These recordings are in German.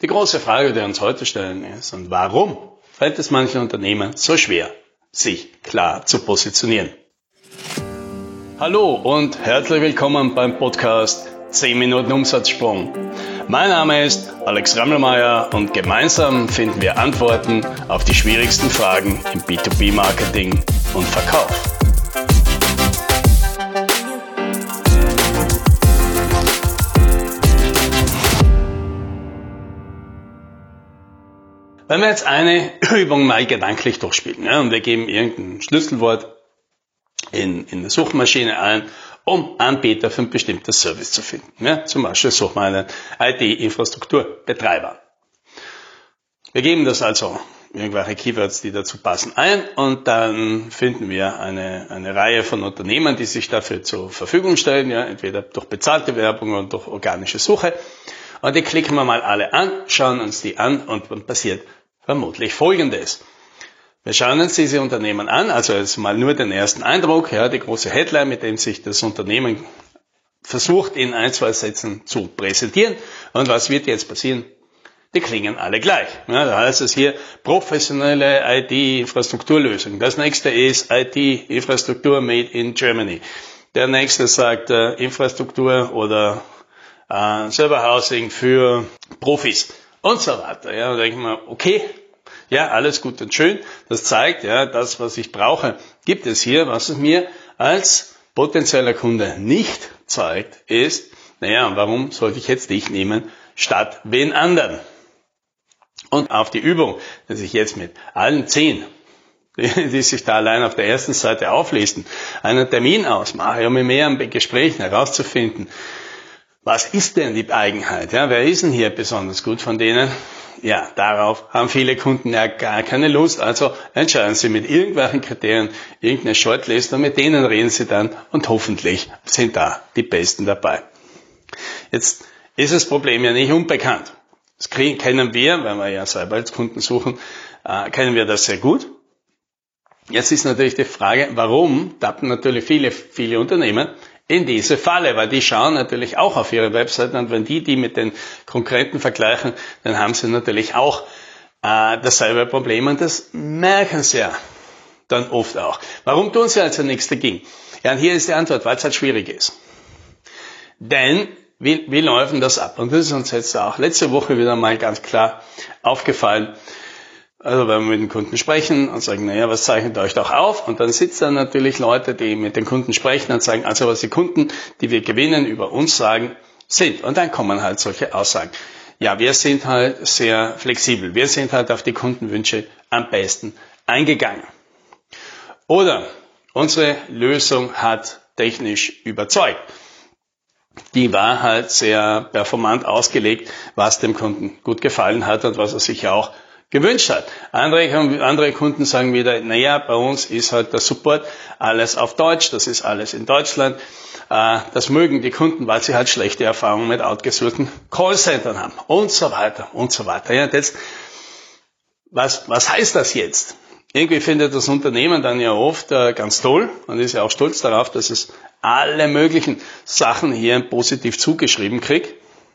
Die große Frage, die wir uns heute stellen, ist, und warum fällt es manchen Unternehmen so schwer, sich klar zu positionieren? Hallo und herzlich willkommen beim Podcast 10 Minuten Umsatzsprung. Mein Name ist Alex Rammelmeier und gemeinsam finden wir Antworten auf die schwierigsten Fragen im B2B-Marketing und Verkauf. Wenn wir jetzt eine Übung mal gedanklich durchspielen, und wir geben irgendein Schlüsselwort in der Suchmaschine ein, um Anbieter für ein bestimmtes Service zu finden. Zum Beispiel suchen wir einen IT-Infrastrukturbetreiber. Wir geben das also irgendwelche Keywords, die dazu passen, ein und dann finden wir eine Reihe von Unternehmen, die sich dafür zur Verfügung stellen, entweder durch bezahlte Werbung oder durch organische Suche. Und die klicken wir mal alle an, schauen uns die an und dann passiert vermutlich Folgendes. Wir schauen uns diese Unternehmen an, also jetzt mal nur den ersten Eindruck, die große Headline, mit dem sich das Unternehmen versucht, in 1, 2 Sätzen zu präsentieren. Und was wird jetzt passieren? Die klingen alle gleich. Da heißt es hier professionelle IT-Infrastrukturlösung. Das nächste ist IT-Infrastruktur made in Germany. Der nächste sagt Infrastruktur oder Serverhousing für Profis und so weiter. Da denken wir, okay, alles gut und schön. Das zeigt, das, was ich brauche, gibt es hier. Was es mir als potenzieller Kunde nicht zeigt, ist, warum sollte ich jetzt dich nehmen statt wen anderen? Und auf die Übung, dass ich jetzt mit allen 10, die sich da allein auf der ersten Seite auflisten, einen Termin ausmache, um in mehreren Gesprächen herauszufinden, was ist denn die Eigenheit? Wer ist denn hier besonders gut von denen? Darauf haben viele Kunden gar keine Lust. Also entscheiden sie mit irgendwelchen Kriterien irgendeine Shortlist und mit denen reden sie dann und hoffentlich sind da die Besten dabei. Jetzt ist das Problem ja nicht unbekannt. Das kennen wir, weil wir ja selber als Kunden suchen, kennen wir das sehr gut. Jetzt ist natürlich die Frage, warum tappen natürlich viele Unternehmen in diese Falle, weil die schauen natürlich auch auf ihre Webseiten und wenn die mit den Konkurrenten vergleichen, dann haben sie natürlich auch dasselbe Problem und das merken sie ja dann oft auch. Warum tun sie also nichts dagegen? Und hier ist die Antwort, weil es halt schwierig ist. Denn wie läuft denn das ab? Und das ist uns jetzt auch letzte Woche wieder mal ganz klar aufgefallen. Also wenn wir mit den Kunden sprechen und sagen, was zeichnet euch doch auf? Und dann sitzen dann natürlich Leute, die mit den Kunden sprechen und sagen, also was die Kunden, die wir gewinnen, über uns sagen, sind. Und dann kommen halt solche Aussagen. Wir sind halt sehr flexibel. Wir sind halt auf die Kundenwünsche am besten eingegangen. Oder unsere Lösung hat technisch überzeugt. Die war halt sehr performant ausgelegt, was dem Kunden gut gefallen hat und was er sich auch gewünscht hat. Andere Kunden sagen wieder, bei uns ist halt der Support alles auf Deutsch, das ist alles in Deutschland. Das mögen die Kunden, weil sie halt schlechte Erfahrungen mit outgesourcten Callcentern haben und so weiter und so weiter. Jetzt, was heißt das jetzt? Irgendwie findet das Unternehmen dann ja oft ganz toll und ist ja auch stolz darauf, dass es alle möglichen Sachen hier positiv zugeschrieben kriegt.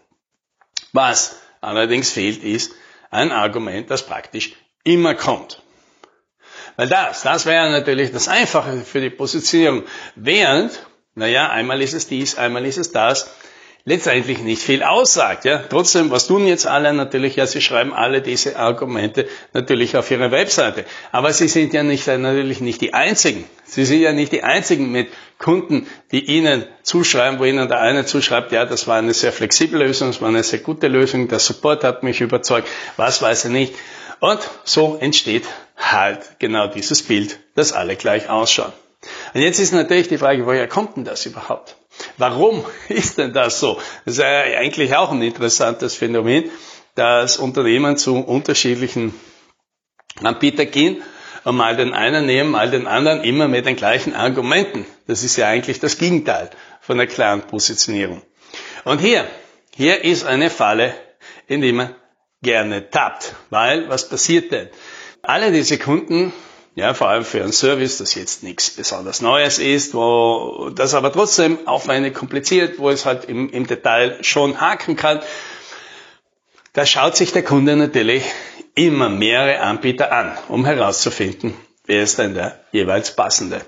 Was allerdings fehlt, ist ein Argument, das praktisch immer kommt. Weil das wäre natürlich das Einfache für die Positionierung. Während, einmal ist es dies, einmal ist es das, letztendlich nicht viel aussagt. Trotzdem, was tun jetzt alle natürlich? Sie schreiben alle diese Argumente natürlich auf ihre Webseite. Aber sie sind ja natürlich nicht die Einzigen. Sie sind ja nicht die Einzigen mit Kunden, die ihnen zuschreiben, wo ihnen der eine zuschreibt, das war eine sehr flexible Lösung, das war eine sehr gute Lösung, der Support hat mich überzeugt, was weiß ich nicht. Und so entsteht halt genau dieses Bild, dass alle gleich ausschauen. Und jetzt ist natürlich die Frage, woher kommt denn das überhaupt? Warum ist denn das so? Das ist ja eigentlich auch ein interessantes Phänomen, dass Unternehmen zu unterschiedlichen Anbietern gehen und mal den einen nehmen, mal den anderen, immer mit den gleichen Argumenten. Das ist ja eigentlich das Gegenteil von einer klaren Positionierung. Und hier ist eine Falle, in die man gerne tappt. Weil, was passiert denn? Alle diese Kunden, vor allem für einen Service, das jetzt nichts besonders Neues ist, wo das aber trotzdem aufwendig kompliziert, wo es halt im Detail schon haken kann, Da schaut sich der Kunde natürlich immer mehrere Anbieter an, um herauszufinden, wer ist denn der jeweils passende.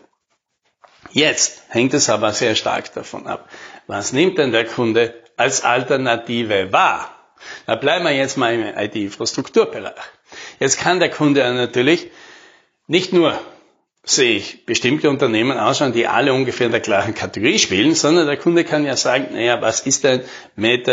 Jetzt hängt es aber sehr stark davon ab, was nimmt denn der Kunde als Alternative wahr? Da bleiben wir jetzt mal im IT-Infrastrukturbereich. Jetzt kann der Kunde natürlich nicht nur sich bestimmte Unternehmen anschauen, die alle ungefähr in der gleichen Kategorie spielen, sondern der Kunde kann ja sagen, naja, was ist denn mit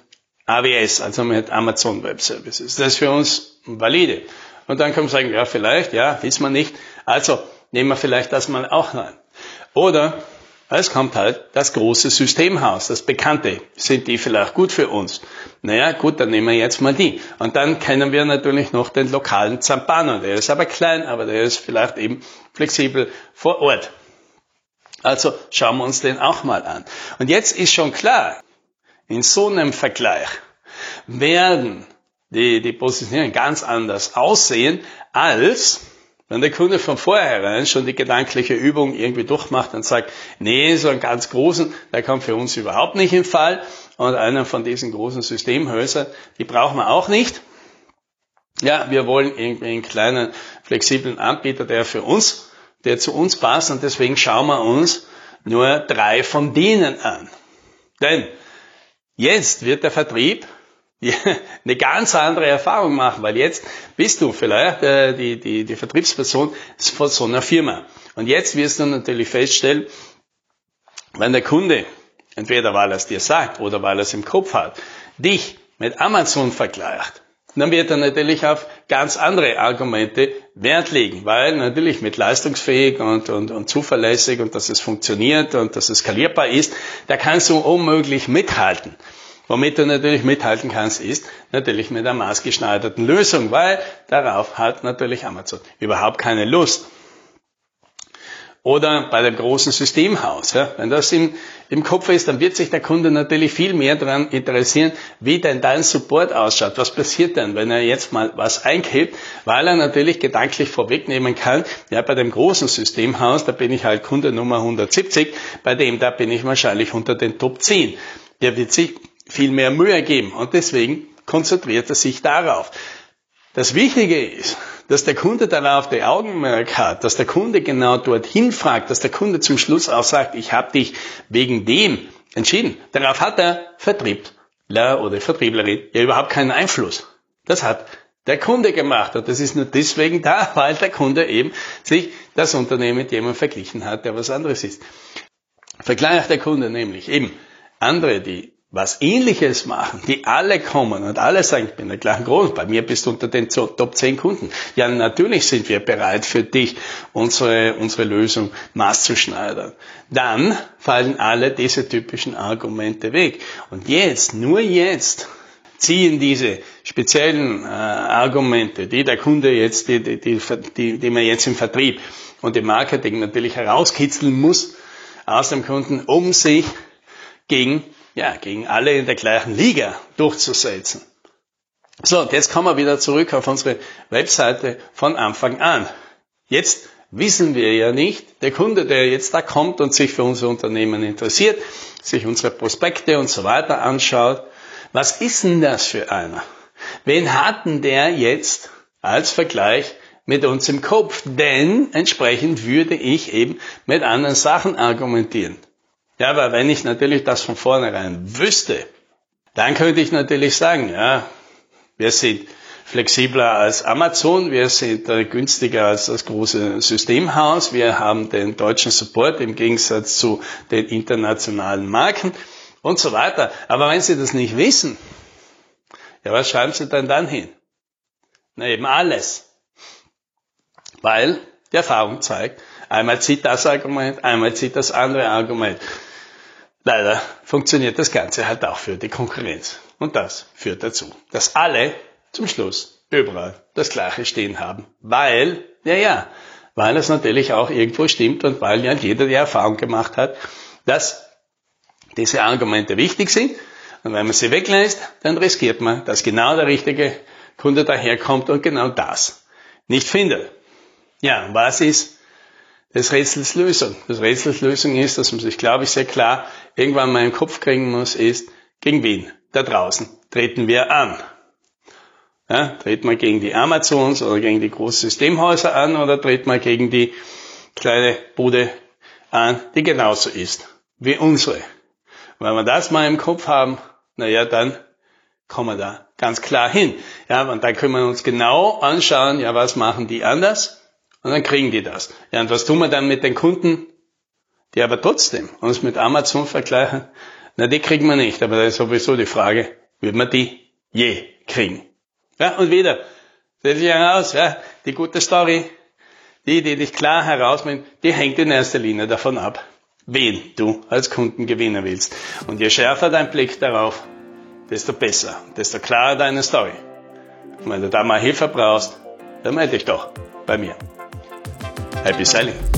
AWS, also mit Amazon Web Services? Das ist für uns valide. Und dann kann man sagen, ja, vielleicht, ja, wissen wir nicht. Also nehmen wir vielleicht das mal auch rein. Oder es kommt halt das große Systemhaus, das Bekannte. Sind die vielleicht gut für uns? Naja, gut, dann nehmen wir jetzt mal die. Und dann kennen wir natürlich noch den lokalen Zampano. Der ist aber klein, aber der ist vielleicht eben flexibel vor Ort. Also schauen wir uns den auch mal an. Und jetzt ist schon klar, in so einem Vergleich werden die Positionierungen ganz anders aussehen, als wenn der Kunde von vornherein schon die gedankliche Übung irgendwie durchmacht und sagt, nee, so einen ganz großen, der kommt für uns überhaupt nicht in Fall. Und einen von diesen großen Systemhäusern, die brauchen wir auch nicht. Ja, wir wollen irgendwie einen kleinen, flexiblen Anbieter, der zu uns passt. Und deswegen schauen wir uns nur 3 von denen an. Denn jetzt wird der Vertrieb eine ganz andere Erfahrung machen, weil jetzt bist du vielleicht die Vertriebsperson von so einer Firma. Und jetzt wirst du natürlich feststellen, wenn der Kunde, entweder weil er es dir sagt oder weil er es im Kopf hat, dich mit Amazon vergleicht, dann wird er natürlich auf ganz andere Argumente Wert legen, weil natürlich mit leistungsfähig und zuverlässig und dass es funktioniert und dass es skalierbar ist, da kannst du unmöglich mithalten. Womit du natürlich mithalten kannst, ist natürlich mit einer maßgeschneiderten Lösung, weil darauf hat natürlich Amazon überhaupt keine Lust. Oder bei dem großen Systemhaus. Ja, wenn das im Kopf ist, dann wird sich der Kunde natürlich viel mehr daran interessieren, wie denn dein Support ausschaut. Was passiert denn, wenn er jetzt mal was einkippt, weil er natürlich gedanklich vorwegnehmen kann, ja, bei dem großen Systemhaus, da bin ich halt Kunde Nummer 170, bei dem, da bin ich wahrscheinlich unter den Top 10. Der wird sich viel mehr Mühe geben und deswegen konzentriert er sich darauf. Das Wichtige ist, dass der Kunde darauf die Augenmerk hat, dass der Kunde genau dorthin fragt, dass der Kunde zum Schluss auch sagt, ich habe dich wegen dem entschieden. Darauf hat der Vertriebler oder Vertrieblerin ja überhaupt keinen Einfluss. Das hat der Kunde gemacht und das ist nur deswegen da, weil der Kunde eben sich das Unternehmen mit jemandem verglichen hat, der was anderes ist. Vergleicht der Kunde nämlich eben andere, die was Ähnliches machen, die alle kommen und alle sagen, ich bin der gleichen Grund, bei mir bist du unter den Top 10 Kunden. Ja, natürlich sind wir bereit für dich, unsere Lösung maßzuschneidern. Dann fallen alle diese typischen Argumente weg. Und jetzt, nur jetzt, ziehen diese speziellen Argumente, die der Kunde jetzt, die man jetzt im Vertrieb und im Marketing natürlich herauskitzeln muss, aus dem Kunden, um sich gegen alle in der gleichen Liga durchzusetzen. So, und jetzt kommen wir wieder zurück auf unsere Webseite von Anfang an. Jetzt wissen wir ja nicht, der Kunde, der jetzt da kommt und sich für unser Unternehmen interessiert, sich unsere Prospekte und so weiter anschaut, was ist denn das für einer? Wen hat denn der jetzt als Vergleich mit uns im Kopf? Denn entsprechend würde ich eben mit anderen Sachen argumentieren. Ja, aber wenn ich natürlich das von vornherein wüsste, dann könnte ich natürlich sagen, ja, wir sind flexibler als Amazon, wir sind günstiger als das große Systemhaus, wir haben den deutschen Support im Gegensatz zu den internationalen Marken und so weiter. Aber wenn Sie das nicht wissen, ja, was schreiben Sie denn dann hin? Na, eben alles. Weil die Erfahrung zeigt, einmal zieht das Argument, einmal zieht das andere Argument. Leider funktioniert das Ganze halt auch für die Konkurrenz. Und das führt dazu, dass alle zum Schluss überall das Gleiche stehen haben. Weil es natürlich auch irgendwo stimmt und weil ja jeder die Erfahrung gemacht hat, dass diese Argumente wichtig sind. Und wenn man sie weglässt, dann riskiert man, dass genau der richtige Kunde daherkommt und genau das nicht findet. Ja, was ist das Rätsels Lösung? Das Rätsels Lösung ist, dass man sich, glaube ich, sehr klar irgendwann mal im Kopf kriegen muss, ist, gegen wen da draußen treten wir an? Ja, tritt man gegen die Amazons oder gegen die großen Systemhäuser an oder tritt man gegen die kleine Bude an, die genauso ist wie unsere. Wenn wir das mal im Kopf haben, naja, dann kommen wir da ganz klar hin. Ja, und dann können wir uns genau anschauen, ja, was machen die anders? Und dann kriegen die das. Ja, und was tun wir dann mit den Kunden, die aber trotzdem uns mit Amazon vergleichen? Na, die kriegen wir nicht. Aber da ist sowieso die Frage, wird man die je kriegen? Ja, und wieder, stellt sich heraus, ja, die gute Story, die dich klar herausbringt, die hängt in erster Linie davon ab, wen du als Kunden gewinnen willst. Und je schärfer dein Blick darauf, desto besser, desto klarer deine Story. Und wenn du da mal Hilfe brauchst, dann melde dich doch bei mir. Happy Selling!